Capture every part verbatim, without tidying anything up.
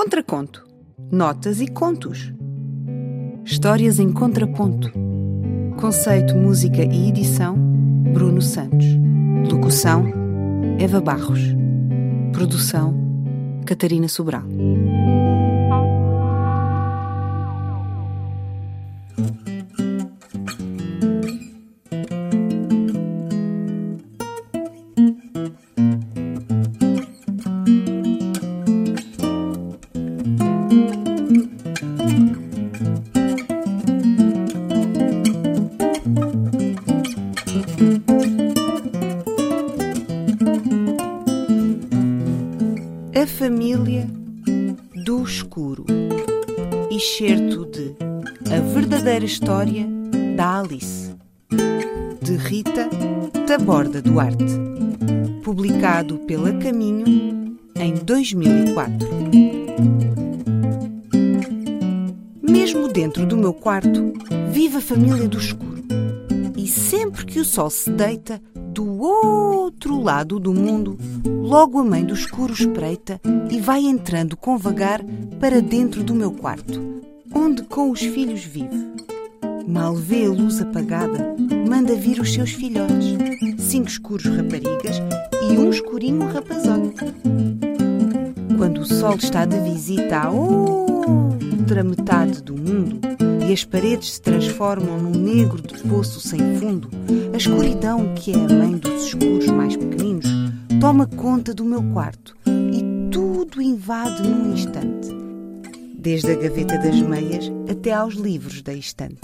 Contraconto. Notas e contos. Histórias em contraponto. Conceito, música e edição, Bruno Santos. Locução, Eva Barros. Produção, Catarina Sobral. A família do escuro. Excerto de A Verdadeira História da Alice, de Rita Taborda Duarte, publicado pela Caminho em dois mil e quatro. Mesmo dentro do meu quarto vive a família do escuro, e sempre que o sol se deita do outro lado do mundo, logo a mãe do escuro espreita e vai entrando com vagar para dentro do meu quarto, onde com os filhos vive. Mal vê a luz apagada, manda vir os seus filhotes, cinco escuros raparigas e um escurinho rapazote. Quando o sol está de visita à outra metade do mundo e as paredes se transformam num negro de poço sem fundo, a escuridão, que é a mãe dos escuros mais pequeninos, toma conta do meu quarto e tudo invade num instante, desde a gaveta das meias até aos livros da estante.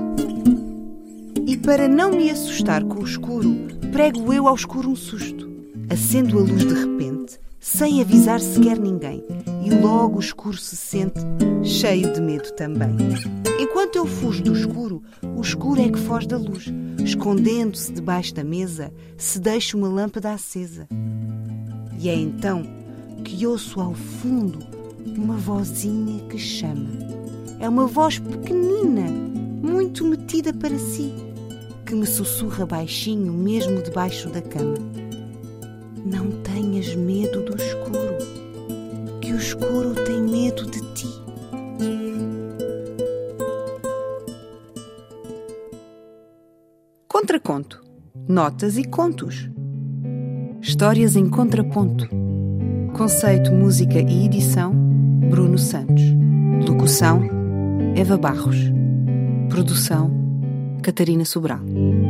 E para não me assustar com o escuro, prego eu ao escuro um susto. Acendo a luz de repente, sem avisar sequer ninguém, e logo o escuro se sente cheio de medo também. Enquanto eu fujo do escuro, o escuro é que foge da luz, escondendo-se debaixo da mesa, se deixa uma lâmpada acesa. E é então que ouço ao fundo uma vozinha que chama. É uma voz pequenina, muito metida para si, que me sussurra baixinho, mesmo debaixo da cama. Não tenhas medo do escuro, que o escuro tem medo de ti. Contraconto. Notas e contos. Histórias em contraponto. Conceito, música e edição, Bruno Santos. Locução, Eva Barros. Produção, Catarina Sobral.